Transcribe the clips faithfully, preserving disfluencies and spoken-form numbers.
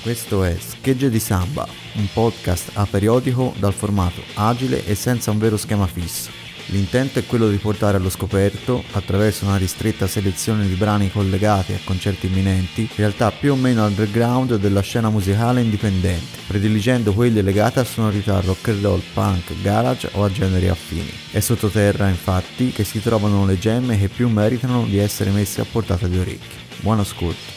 Questo è Schegge di Samba, un podcast aperiodico dal formato agile e senza un vero schema fisso. L'intento è quello di portare allo scoperto, attraverso una ristretta selezione di brani collegati a concerti imminenti, realtà più o meno underground della scena musicale indipendente, prediligendo quelle legate a sonorità rock and roll, punk, garage o a generi affini. È sottoterra, infatti, che si trovano le gemme che più meritano di essere messe a portata di orecchie. Buon ascolto.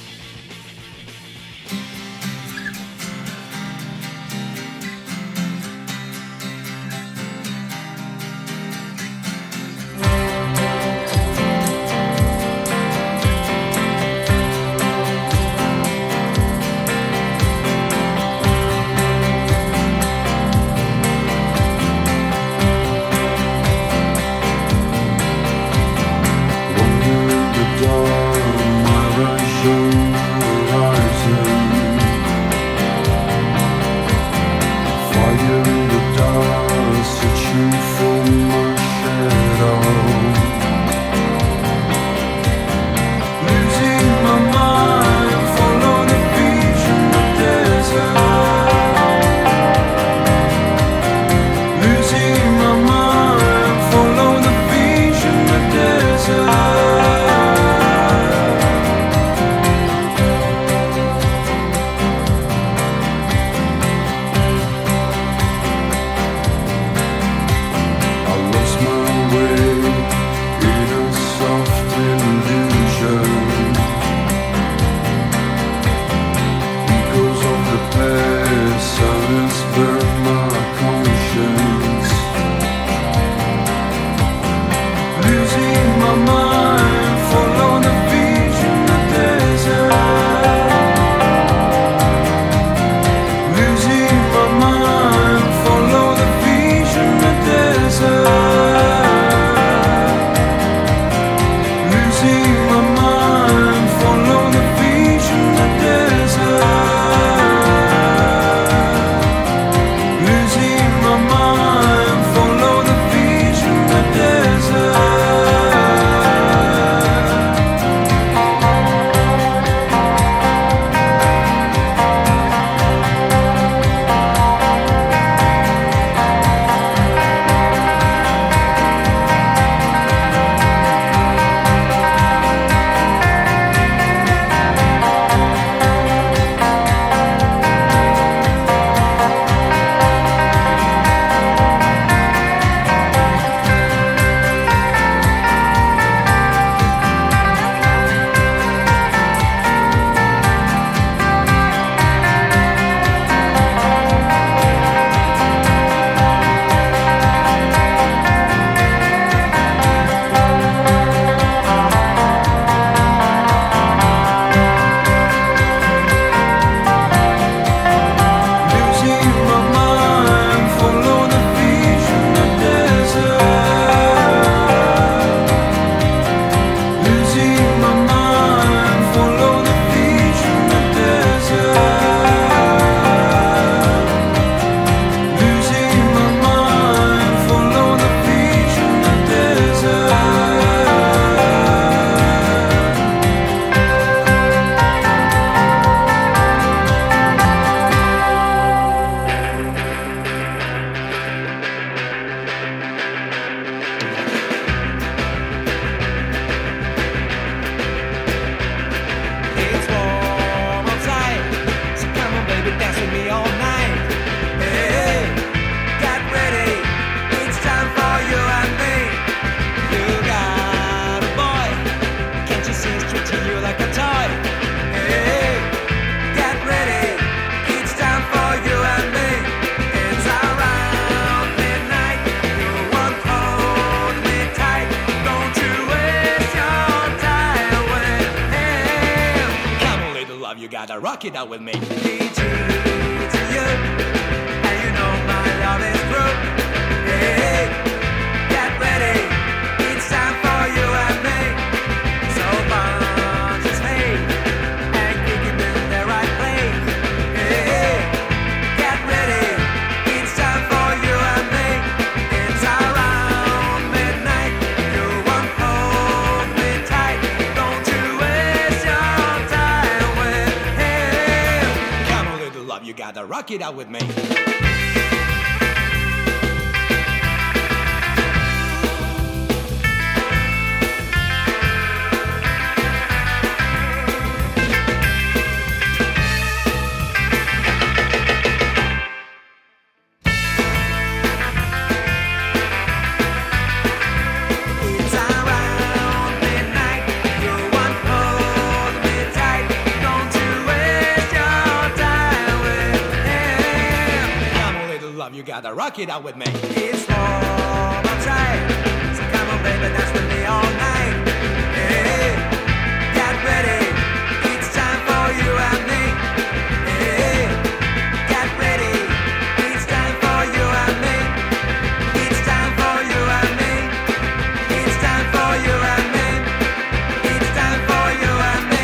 Rock it out with me. P G to you, and you know my love is true. Hey, get ready, it's time for you and me. So bounce his feet and kick him in the right place. Hey, get ready, it's time for you and me. It's around midnight, you won't hold me tight. Don't you waste your time with him. gotta rock it out with me. You gotta rock it out with me. It's warm outside, so come on baby, dance with me all night. Hey, get ready, it's time for you and me. Hey, get ready, it's time for you and me. It's time for you and me. It's time for you and me. It's time for you and me.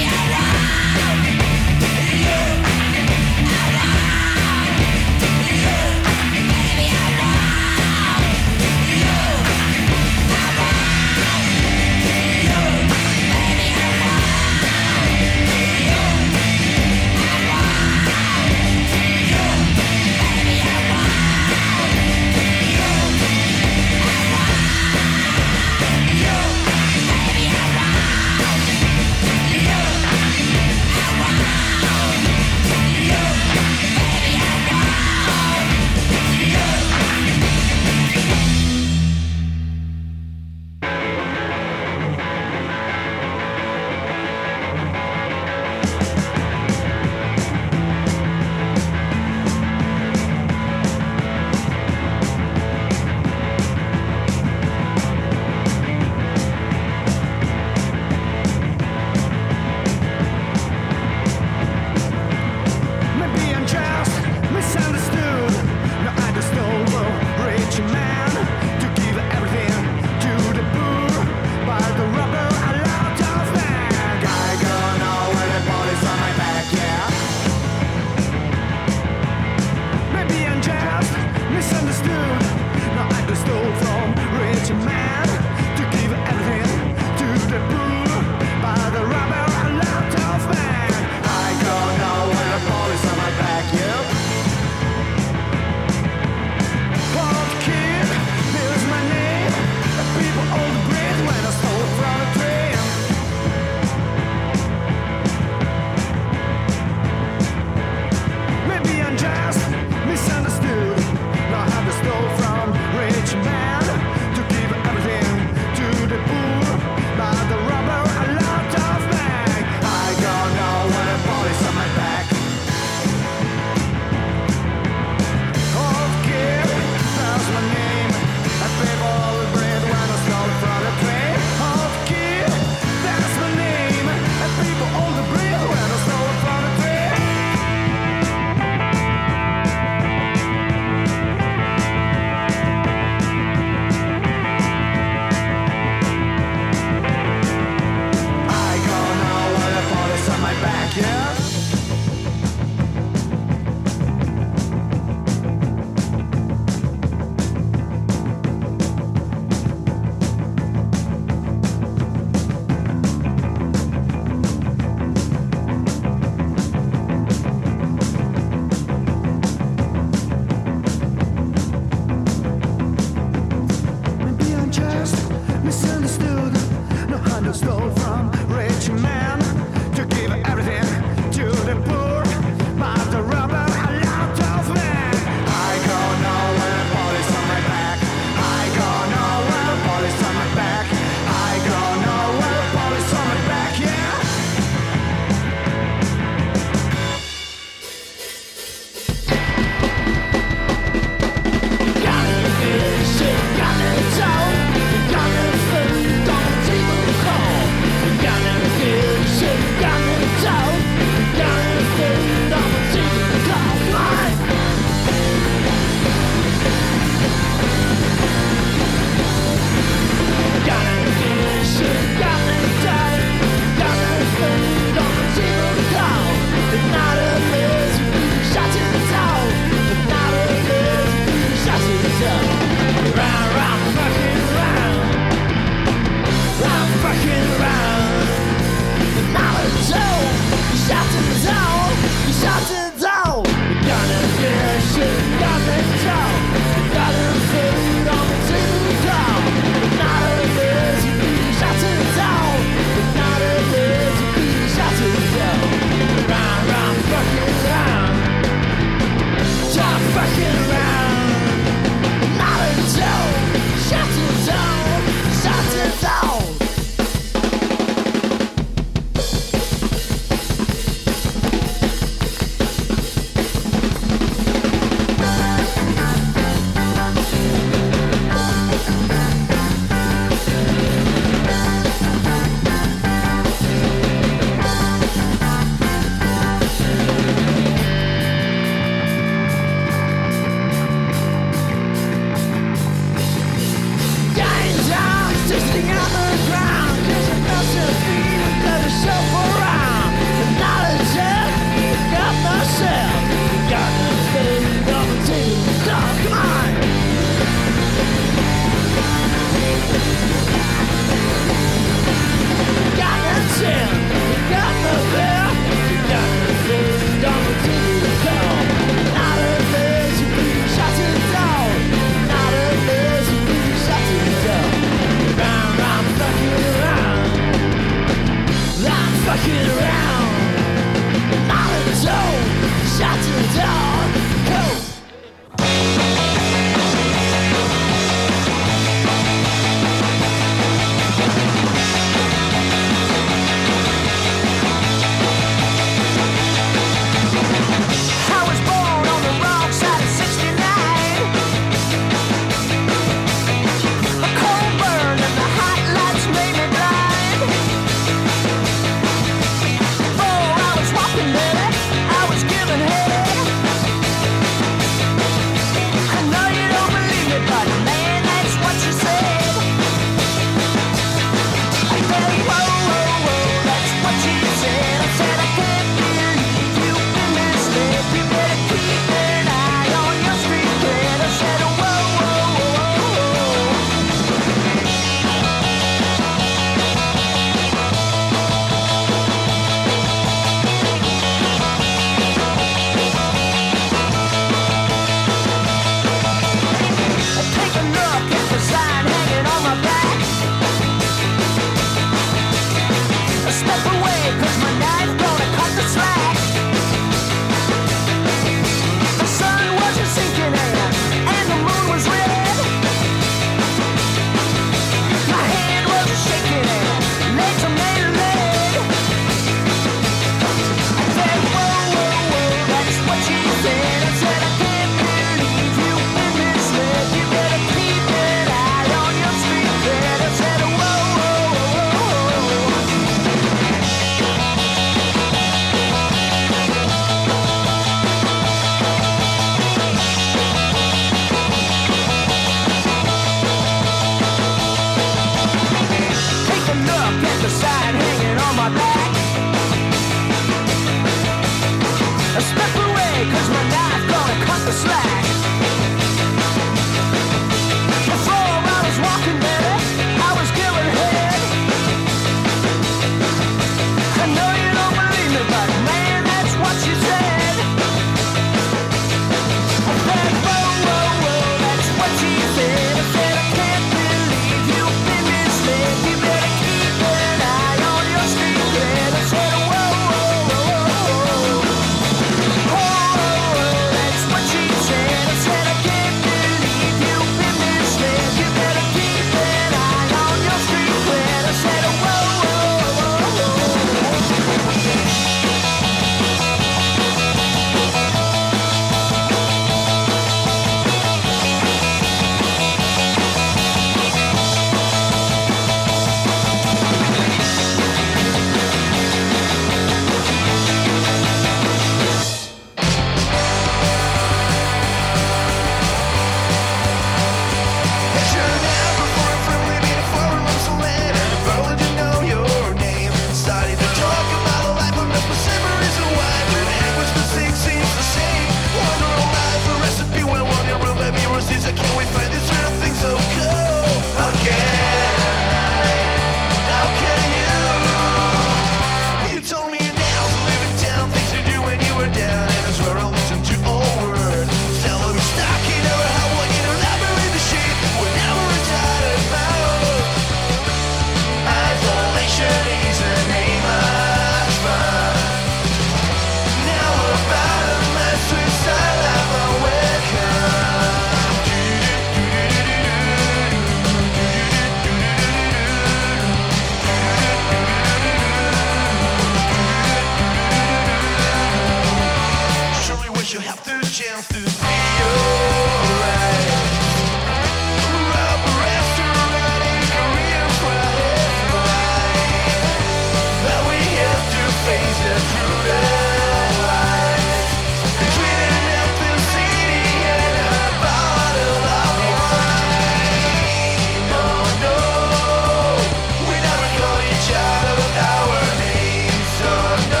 you have the chance to be alright. Rob a restaurant in Korean Friday night. But we have to face the truth of life. Between an empty city and a bottle of wine. Oh no, we never call each other with our names. Oh no.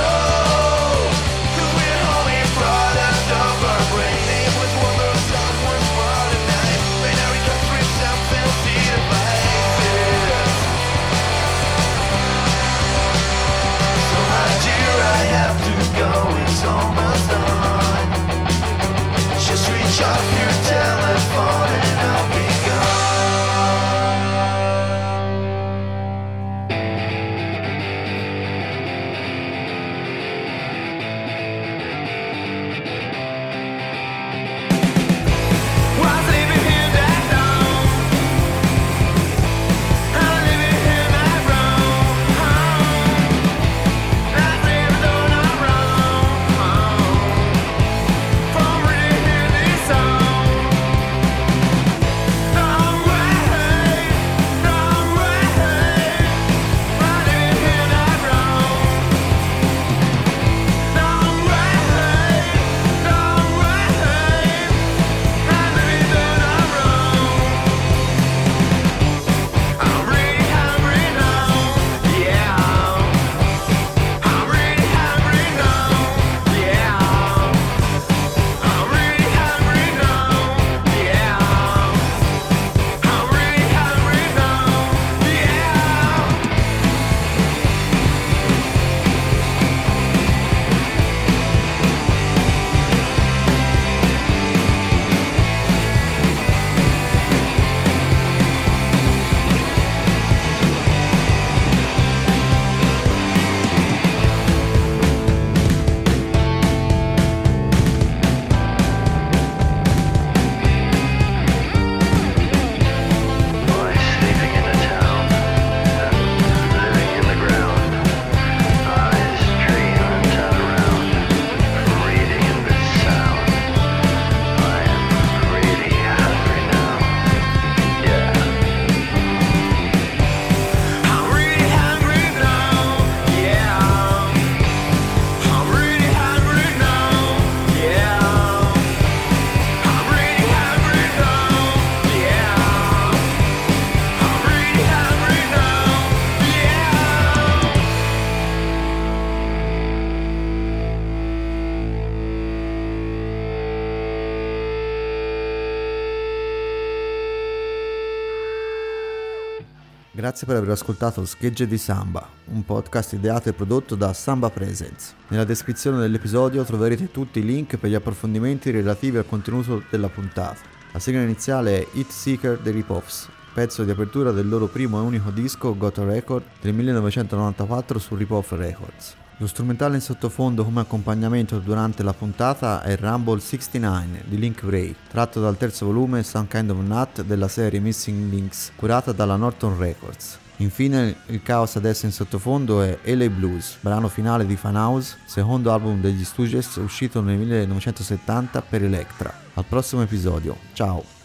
Grazie per aver ascoltato Schegge di Samba, un podcast ideato e prodotto da Samba Presents. Nella descrizione dell'episodio troverete tutti i link per gli approfondimenti relativi al contenuto della puntata. La sigla iniziale è Hit Seeker dei Ripoffs, pezzo di apertura del loro primo e unico disco Got a Record del millenovecentonovantaquattro su Ripoff Records. Lo strumentale in sottofondo come accompagnamento durante la puntata è Rumble sessantanove di Link Wray, tratto dal terzo volume Some Kind of Nut della serie Missing Links, curata dalla Norton Records. Infine il caos adesso in sottofondo è L A Blues, brano finale di Fan House, secondo album degli Stooges uscito nel millenovecentosettanta per Elektra. Al prossimo episodio, ciao!